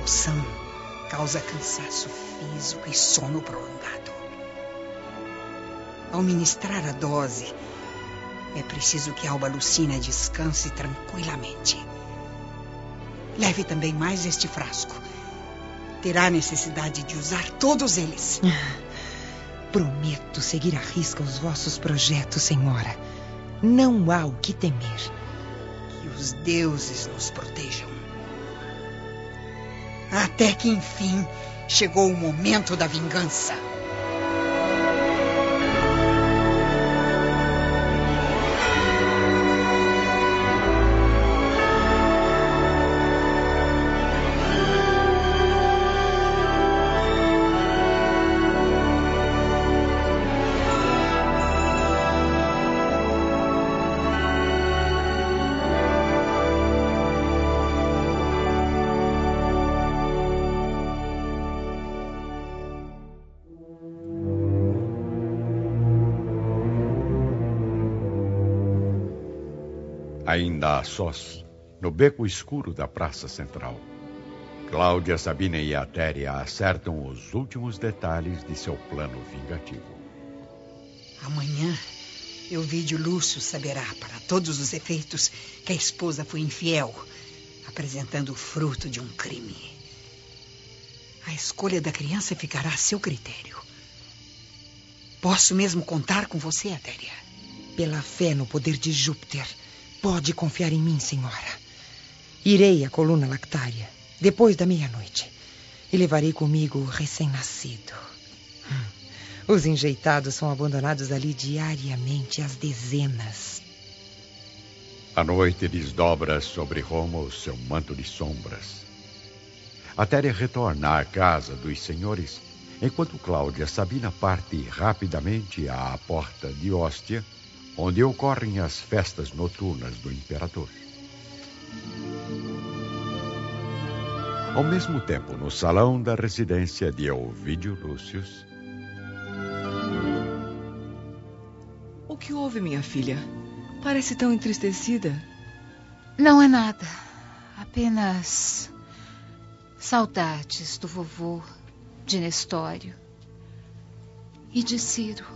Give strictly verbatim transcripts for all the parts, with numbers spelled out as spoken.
emoção causa cansaço físico e sono prolongado. Ao ministrar a dose, é preciso que Alba Lucina descanse tranquilamente. Leve também mais este frasco. Terá necessidade de usar todos eles. Prometo seguir à risca os vossos projetos, senhora. Não há o que temer. Que os deuses nos protejam. Até que, enfim, chegou o momento da vingança. Ainda a sós, no beco escuro da praça central, Cláudia, Sabina e Atéria acertam os últimos detalhes de seu plano vingativo. Amanhã, Elvídio Lúcio saberá, para todos os efeitos, que a esposa foi infiel, apresentando o fruto de um crime. A escolha da criança ficará a seu critério. Posso mesmo contar com você, Atéria? Pela fé no poder de Júpiter, pode confiar em mim, senhora. Irei à coluna lactária, depois da meia-noite, e levarei comigo o recém-nascido. Hum. Os enjeitados são abandonados ali diariamente, às dezenas. A noite desdobra sobre Roma o seu manto de sombras. Atéria retorna à casa dos senhores, enquanto Cláudia Sabina parte rapidamente à porta de Hóstia, onde ocorrem as festas noturnas do imperador. Ao mesmo tempo, no salão da residência de Elvídio Lúcio. O que houve, minha filha? Parece tão entristecida. Não é nada. Apenas saudades do vovô, de Nestório e de Ciro.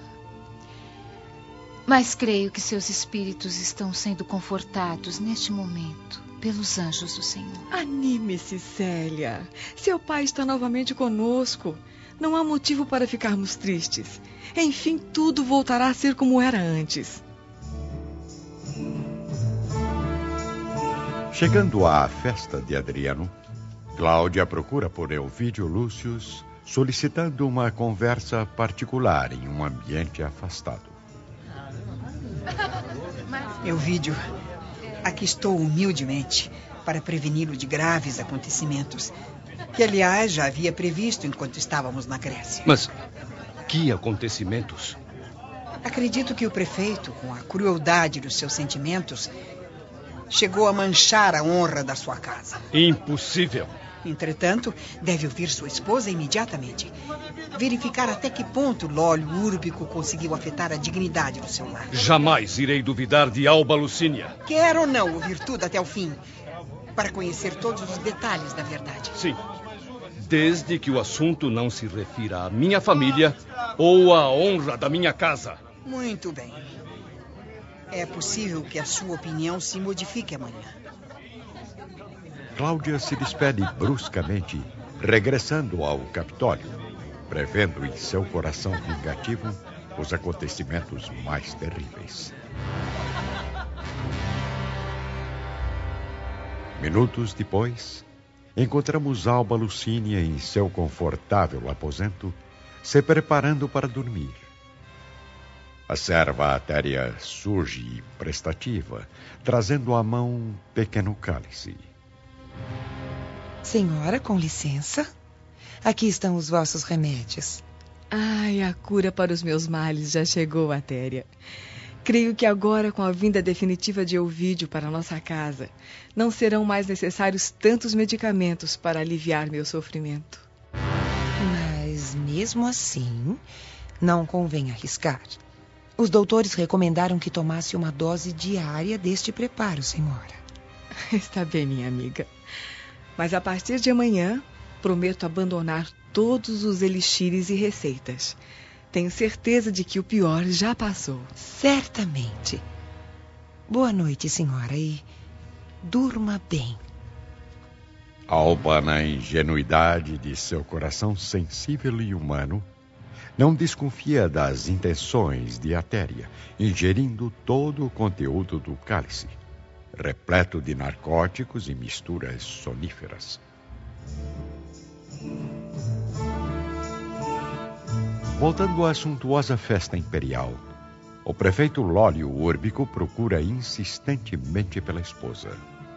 Mas creio que seus espíritos estão sendo confortados neste momento pelos anjos do Senhor. Anime-se, Célia. Seu pai está novamente conosco. Não há motivo para ficarmos tristes. Enfim, tudo voltará a ser como era antes. Chegando à festa de Adriano, Cláudia procura por Elvídio Lúcio, solicitando uma conversa particular em um ambiente afastado. Elvídio, aqui estou humildemente para preveni-lo de graves acontecimentos, que, aliás, já havia previsto enquanto estávamos na Grécia. Mas que acontecimentos? Acredito que o prefeito, com a crueldade dos seus sentimentos, chegou a manchar a honra da sua casa. Impossível. Entretanto, deve ouvir sua esposa imediatamente. Verificar até que ponto o óleo úrbico conseguiu afetar a dignidade do seu lar. Jamais irei duvidar de Alba Lucínia. Quer ou não ouvir tudo até o fim, para conhecer todos os detalhes da verdade. Sim. Desde que o assunto não se refira à minha família ou à honra da minha casa. Muito bem. É possível que a sua opinião se modifique amanhã. Cláudia se despede bruscamente, regressando ao Capitólio, prevendo em seu coração vingativo os acontecimentos mais terríveis. Minutos depois, encontramos Alba Lucínia em seu confortável aposento, se preparando para dormir. A serva Atéria surge prestativa, trazendo à mão um pequeno cálice. Senhora, com licença. Aqui estão os vossos remédios. Ai, a cura para os meus males já chegou, Atéria. Creio que agora, com a vinda definitiva de Elvídio para nossa casa, não serão mais necessários tantos medicamentos para aliviar meu sofrimento. Mas, mesmo assim, não convém arriscar. Os doutores recomendaram que tomasse uma dose diária deste preparo, senhora. Está bem, minha amiga. Mas a partir de amanhã, prometo abandonar todos os elixires e receitas. Tenho certeza de que o pior já passou. Certamente. Boa noite, senhora, e durma bem. Alba, na ingenuidade de seu coração sensível e humano, não desconfia das intenções de Atéria, ingerindo todo o conteúdo do cálice, repleto de narcóticos e misturas soníferas. Voltando à suntuosa festa imperial, o prefeito Lólio Úrbico procura insistentemente pela esposa.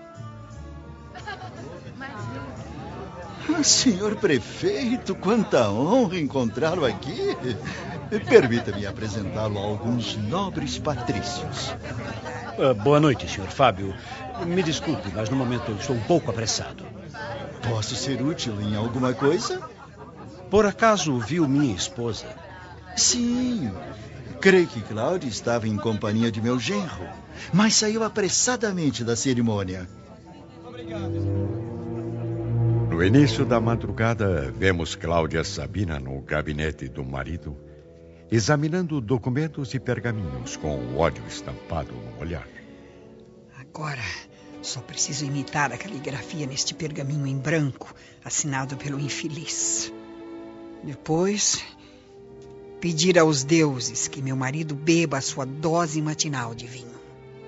Ah, senhor prefeito, quanta honra encontrá-lo aqui. Permita-me apresentá-lo a alguns nobres patrícios. Uh, boa noite, senhor Fábio. Me desculpe, mas no momento eu estou um pouco apressado. Posso ser útil em alguma coisa? Por acaso viu minha esposa? Sim. Creio que Cláudia estava em companhia de meu genro, mas saiu apressadamente da cerimônia. Obrigado. No início da madrugada, vemos Cláudia Sabina no gabinete do marido, examinando documentos e pergaminhos com o ódio estampado no olhar. Agora, só preciso imitar a caligrafia neste pergaminho em branco, assinado pelo infeliz. Depois, pedir aos deuses que meu marido beba a sua dose matinal de vinho.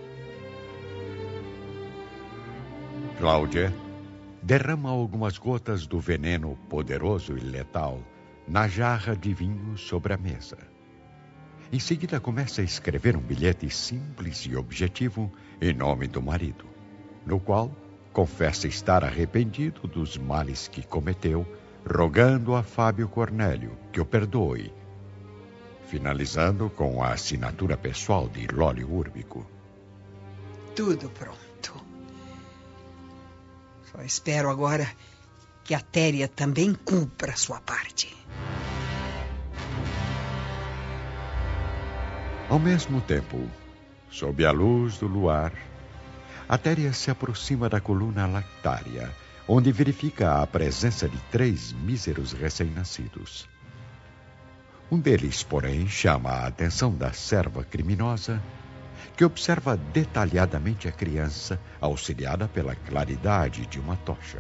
Cláudia derrama algumas gotas do veneno poderoso e letal na jarra de vinho sobre a mesa. Em seguida, começa a escrever um bilhete simples e objetivo em nome do marido, no qual confessa estar arrependido dos males que cometeu, rogando a Fábio Cornélio que o perdoe, finalizando com a assinatura pessoal de Lólio Úrbico. Tudo pronto. Só espero agora que a Atéria também cumpra a sua parte. Ao mesmo tempo, sob a luz do luar, Atéria se aproxima da coluna lactária, onde verifica a presença de três míseros recém-nascidos. Um deles, porém, chama a atenção da serva criminosa, que observa detalhadamente a criança, auxiliada pela claridade de uma tocha.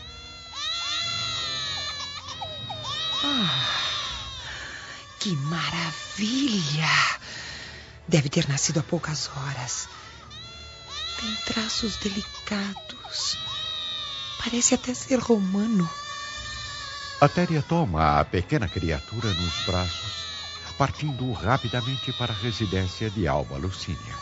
Ah, que maravilha! Deve ter nascido há poucas horas. Tem traços delicados. Parece até ser romano. Atéria toma a pequena criatura nos braços, partindo rapidamente para a residência de Alba Lucínia.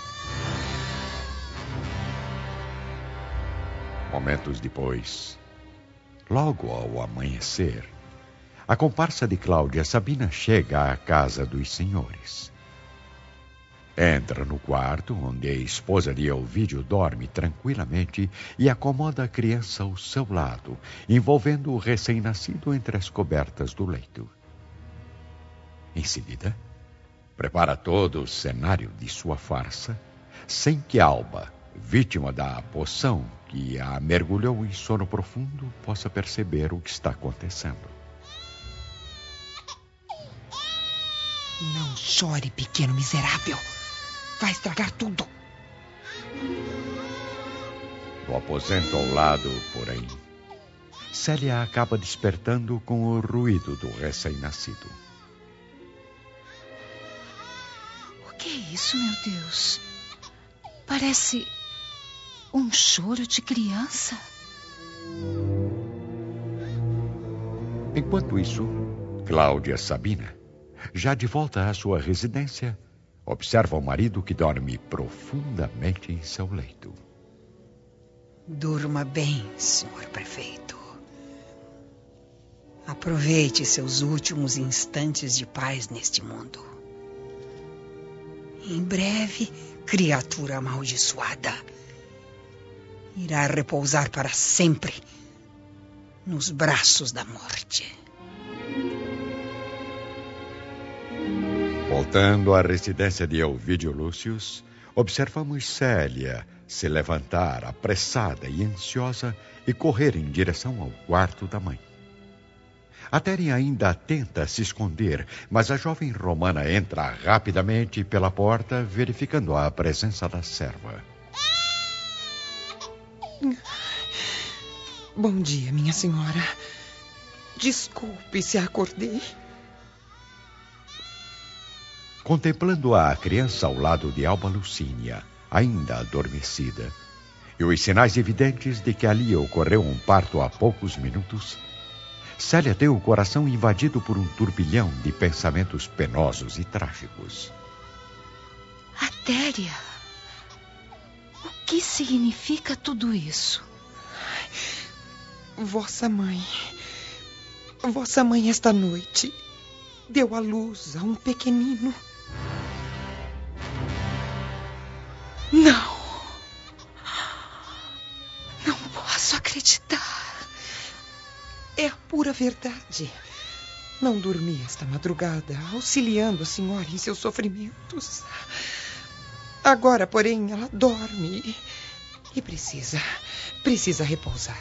Momentos depois, logo ao amanhecer, a comparsa de Cláudia Sabina chega à casa dos senhores. Entra no quarto onde a esposa de Elvídio dorme tranquilamente e acomoda a criança ao seu lado, envolvendo o recém-nascido entre as cobertas do leito. Em seguida, prepara todo o cenário de sua farsa, sem que Alba, vítima da poção que a mergulhou em sono profundo, possa perceber o que está acontecendo. Não chore, pequeno miserável. Vai estragar tudo. No aposento ao lado, porém, Célia acaba despertando com o ruído do recém-nascido. O que é isso, meu Deus? Parece um choro de criança. Enquanto isso, Cláudia Sabina, já de volta à sua residência, observa o marido que dorme profundamente em seu leito. Durma bem, senhor prefeito. Aproveite seus últimos instantes de paz neste mundo. Em breve, criatura amaldiçoada, irá repousar para sempre nos braços da morte. Voltando à residência de Elvídio Lúcius, observamos Célia se levantar apressada e ansiosa e correr em direção ao quarto da mãe. A Téria ainda tenta se esconder, mas a jovem romana entra rapidamente pela porta, verificando a presença da serva. Bom dia, minha senhora. Desculpe se acordei. Contemplando a criança ao lado de Alba Lucínia, ainda adormecida, e os sinais evidentes de que ali ocorreu um parto há poucos minutos, Célia tem o coração invadido por um turbilhão de pensamentos penosos e trágicos. Atéria, o que significa tudo isso? Vossa mãe, vossa mãe esta noite deu à luz a um pequenino. Não, não posso acreditar. É a pura verdade. Não dormi esta madrugada, auxiliando a senhora em seus sofrimentos. Agora, porém, ela dorme e precisa, precisa repousar.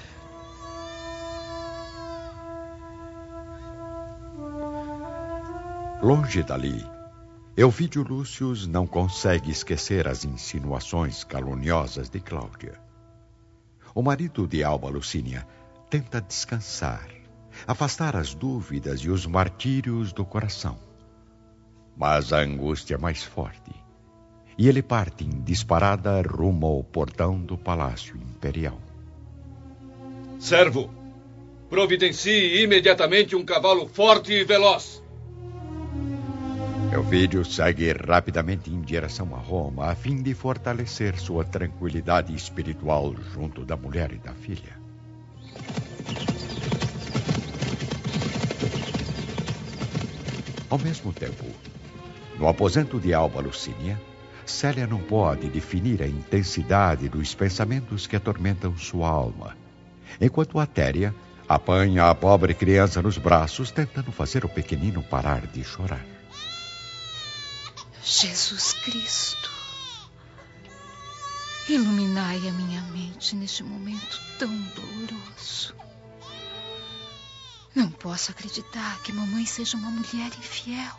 Longe dali, Elvídio Lúcius não consegue esquecer as insinuações caluniosas de Cláudia. O marido de Alba Lucínia tenta descansar, afastar as dúvidas e os martírios do coração. Mas a angústia é mais forte, e ele parte em disparada rumo ao portão do Palácio Imperial. Servo, providencie imediatamente um cavalo forte e veloz. Elvídio segue rapidamente em direção a Roma, a fim de fortalecer sua tranquilidade espiritual junto da mulher e da filha. Ao mesmo tempo, no aposento de Alba Lucínia, Célia não pode definir a intensidade dos pensamentos que atormentam sua alma, enquanto Atéria apanha a pobre criança nos braços, tentando fazer o pequenino parar de chorar. Jesus Cristo, iluminai a minha mente neste momento tão doloroso. Não posso acreditar que mamãe seja uma mulher infiel.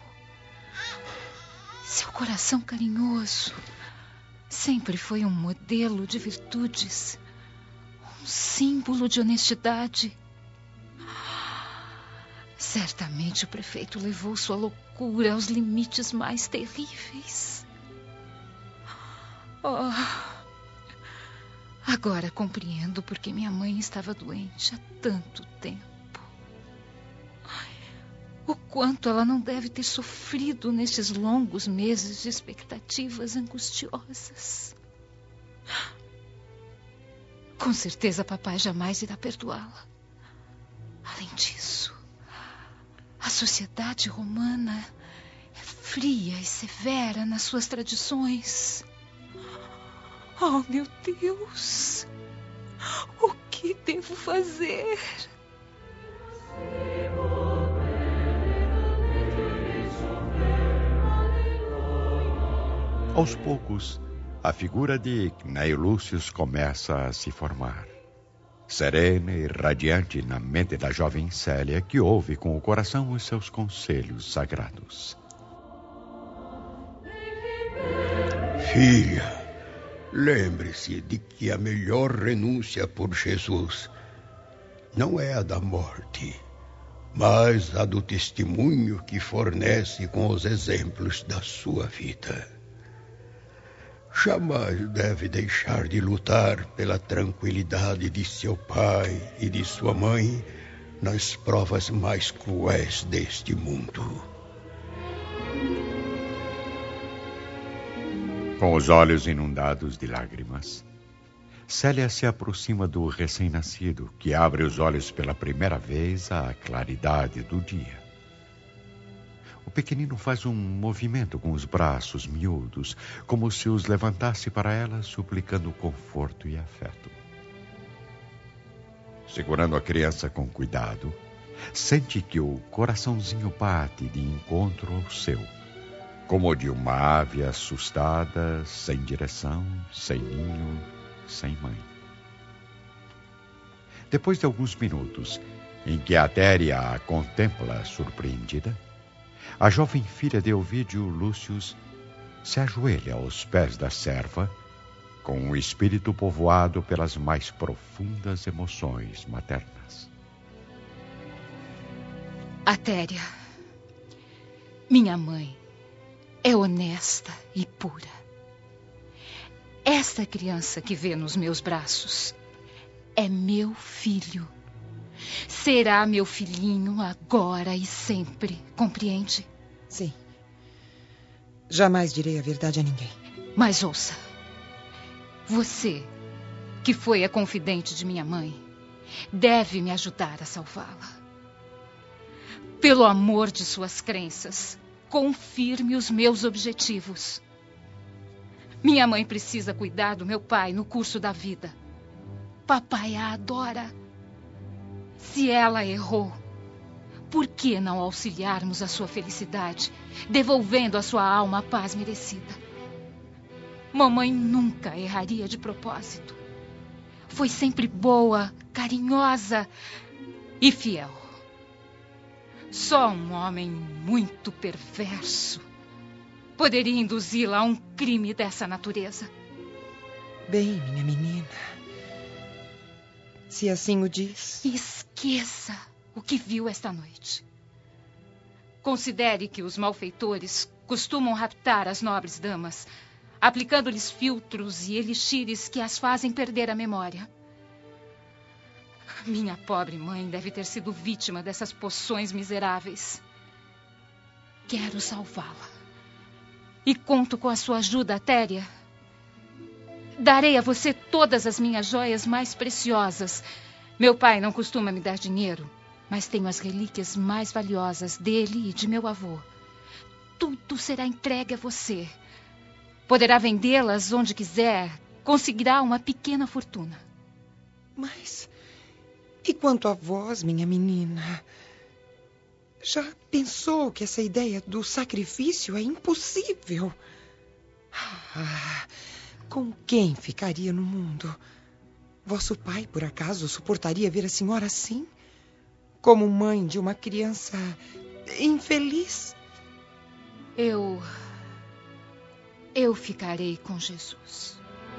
Seu coração carinhoso sempre foi um modelo de virtudes, um símbolo de honestidade. Certamente o prefeito levou sua loucura aos limites mais terríveis. Oh, agora compreendo por que minha mãe estava doente há tanto tempo. O quanto ela não deve ter sofrido nestes longos meses de expectativas angustiosas. Com certeza papai jamais irá perdoá-la. Além disso, a sociedade romana é fria e severa nas suas tradições. Oh, meu Deus! O que devo fazer? Aos poucos, a figura de Cnaio Lúcius começa a se formar. Serena e radiante na mente da jovem Célia, que ouve com o coração os seus conselhos sagrados. Filha, lembre-se de que a melhor renúncia por Jesus não é a da morte, mas a do testemunho que fornece com os exemplos da sua vida. Jamais deve deixar de lutar pela tranquilidade de seu pai e de sua mãe nas provas mais cruéis deste mundo. Com os olhos inundados de lágrimas, Célia se aproxima do recém-nascido, que abre os olhos pela primeira vez à claridade do dia. O pequenino faz um movimento com os braços miúdos, como se os levantasse para ela, suplicando conforto e afeto. Segurando a criança com cuidado, sente que o coraçãozinho bate de encontro ao seu, como de uma ave assustada, sem direção, sem ninho, sem mãe. Depois de alguns minutos, em que Atéria a contempla surpreendida, a jovem filha de Ovídio, Lúcius, se ajoelha aos pés da serva, com o espírito povoado pelas mais profundas emoções maternas. Atéria, minha mãe é honesta e pura. Esta criança que vê nos meus braços é meu filho. Será meu filhinho agora e sempre, compreende? Sim. Jamais direi a verdade a ninguém. Mas ouça, você, que foi a confidente de minha mãe, deve me ajudar a salvá-la. Pelo amor de suas crenças, confirme os meus objetivos. Minha mãe precisa cuidar do meu pai no curso da vida. Papai a adora. Se ela errou, por que não auxiliarmos a sua felicidade, devolvendo à sua alma a paz merecida? Mamãe nunca erraria de propósito. Foi sempre boa, carinhosa e fiel. Só um homem muito perverso poderia induzi-la a um crime dessa natureza. Bem, minha menina, se assim o diz... Esqueça o que viu esta noite. Considere que os malfeitores costumam raptar as nobres damas, aplicando-lhes filtros e elixires que as fazem perder a memória. Minha pobre mãe deve ter sido vítima dessas poções miseráveis. Quero salvá-la. E conto com a sua ajuda, Atéria. Darei a você todas as minhas joias mais preciosas. Meu pai não costuma me dar dinheiro, mas tenho as relíquias mais valiosas dele e de meu avô. Tudo será entregue a você. Poderá vendê-las onde quiser. Conseguirá uma pequena fortuna. Mas... e quanto a vós, minha menina? Já pensou que essa ideia do sacrifício é impossível? Ah, com quem ficaria no mundo? Vosso pai, por acaso, suportaria ver a senhora assim? Como mãe de uma criança infeliz? Eu... eu ficarei com Jesus.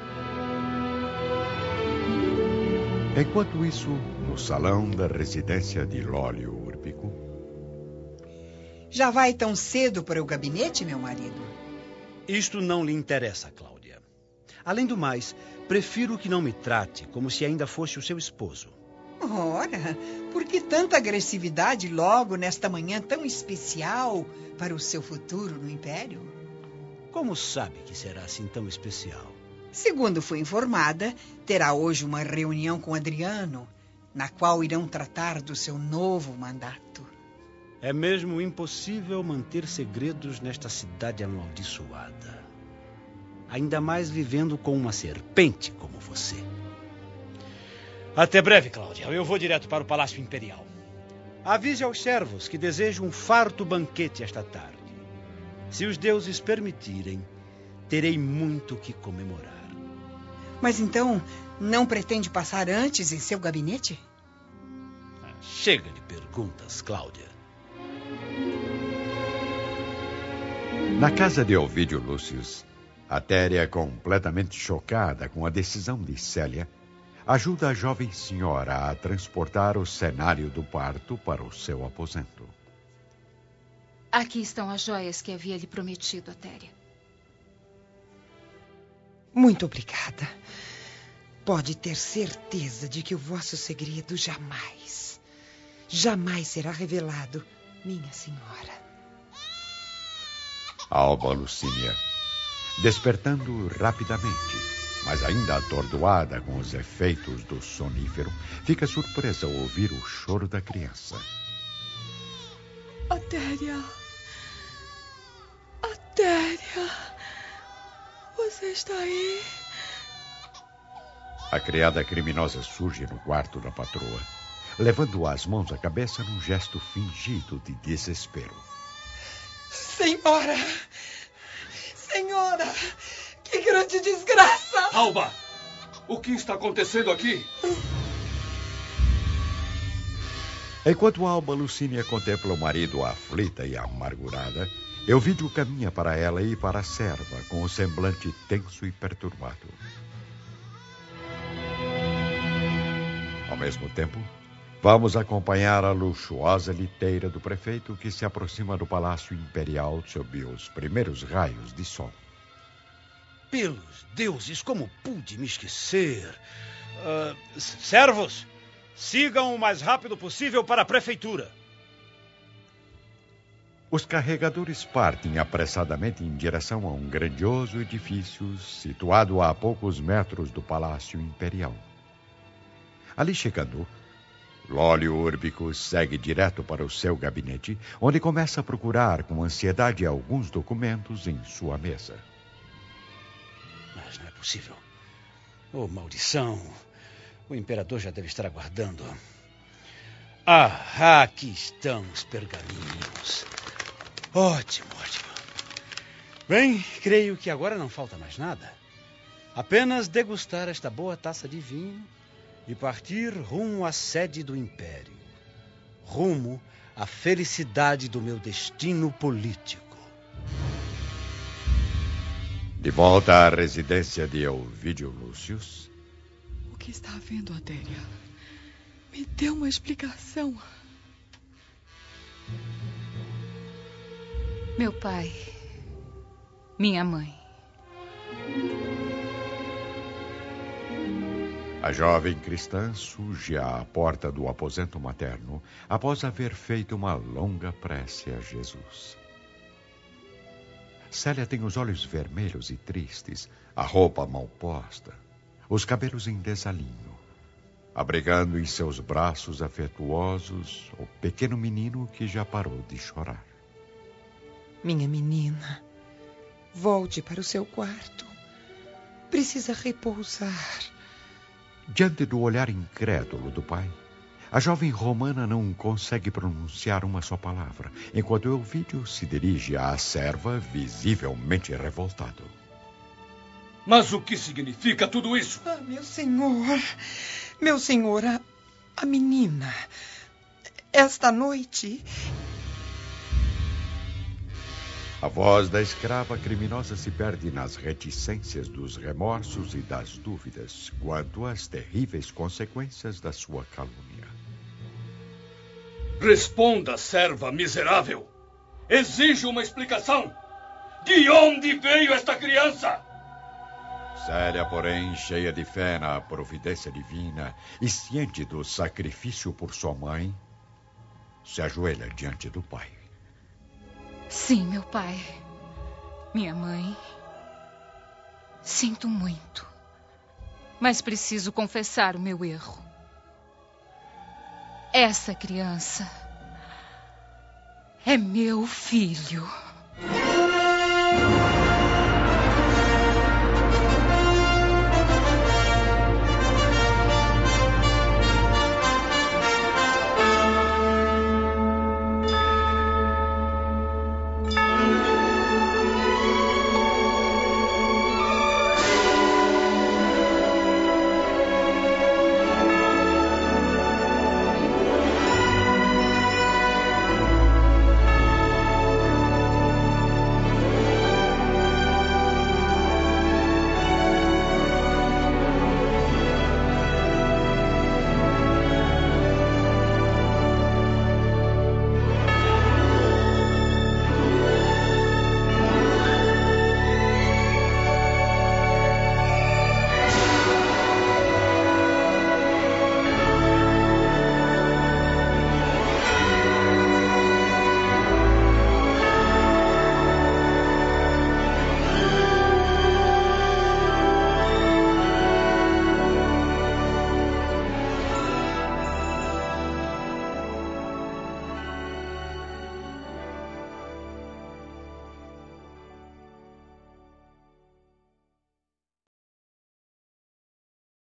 Enquanto isso, no salão da residência de Lólio Úrbico... Já vai tão cedo para o gabinete, meu marido? Isto não lhe interessa, Cláudia. Além do mais, prefiro que não me trate como se ainda fosse o seu esposo. Ora, por que tanta agressividade logo nesta manhã tão especial para o seu futuro no Império? Como sabe que será assim tão especial? Segundo fui informada, terá hoje uma reunião com Adriano, na qual irão tratar do seu novo mandato. É mesmo impossível manter segredos nesta cidade amaldiçoada. Ainda mais vivendo com uma serpente como você. Até breve, Cláudia. Eu vou direto para o Palácio Imperial. Avise aos servos que desejo um farto banquete esta tarde. Se os deuses permitirem, terei muito que comemorar. Mas então, não pretende passar antes em seu gabinete? Ah, chega de perguntas, Cláudia. Na casa de Ovídio Lúcius, Atéria, completamente chocada com a decisão de Célia, ajuda a jovem senhora a transportar o cenário do parto para o seu aposento. Aqui estão as joias que havia lhe prometido, Atéria. Muito obrigada. Pode ter certeza de que o vosso segredo jamais, jamais será revelado, minha senhora. Alba Lucínia, despertando rapidamente, mas ainda atordoada com os efeitos do sonífero, fica surpresa ao ouvir o choro da criança. Atéria! Atéria! Você está aí? A criada criminosa surge no quarto da patroa, levando as mãos à cabeça num gesto fingido de desespero. Senhora! senhora! Que grande desgraça! Alba! O que está acontecendo aqui? Enquanto Alba Lucínia contempla o marido aflita e amargurada, Elvídio caminha para ela e para a serva, com o semblante tenso e perturbado. Ao mesmo tempo, vamos acompanhar a luxuosa liteira do prefeito que se aproxima do Palácio Imperial sob os primeiros raios de sol. Pelos deuses, como pude me esquecer? Uh, servos, sigam o mais rápido possível para a prefeitura. Os carregadores partem apressadamente em direção a um grandioso edifício situado a poucos metros do Palácio Imperial. Ali chegando, Lólio Úrbicos segue direto para o seu gabinete, onde começa a procurar com ansiedade alguns documentos em sua mesa. Mas não é possível. Oh, maldição! O imperador já deve estar aguardando. Ah, aqui estão os pergaminhos. Ótimo, ótimo. Bem, creio que agora não falta mais nada. Apenas degustar esta boa taça de vinho e partir rumo à sede do Império. Rumo à felicidade do meu destino político. De volta à residência de Elvídio Lúcius. O que está havendo, Adélia? Me dê uma explicação. Meu pai, minha mãe. A jovem cristã surge à porta do aposento materno após haver feito uma longa prece a Jesus. Célia tem os olhos vermelhos e tristes, a roupa mal posta, os cabelos em desalinho, abrigando em seus braços afetuosos o pequeno menino que já parou de chorar. Minha menina, volte para o seu quarto. Precisa repousar. Diante do olhar incrédulo do pai, a jovem romana não consegue pronunciar uma só palavra, enquanto Elvídio se dirige à serva, visivelmente revoltado. Mas o que significa tudo isso? Ah, meu senhor, meu senhor, a, a menina, esta noite... A voz da escrava criminosa se perde nas reticências dos remorsos e das dúvidas quanto às terríveis consequências da sua calúnia. Responda, serva miserável. Exijo uma explicação. De onde veio esta criança? Célia, porém, cheia de fé na providência divina e ciente do sacrifício por sua mãe, se ajoelha diante do pai. Sim, meu pai. Minha mãe. Sinto muito. Mas preciso confessar o meu erro. Essa criança é meu filho.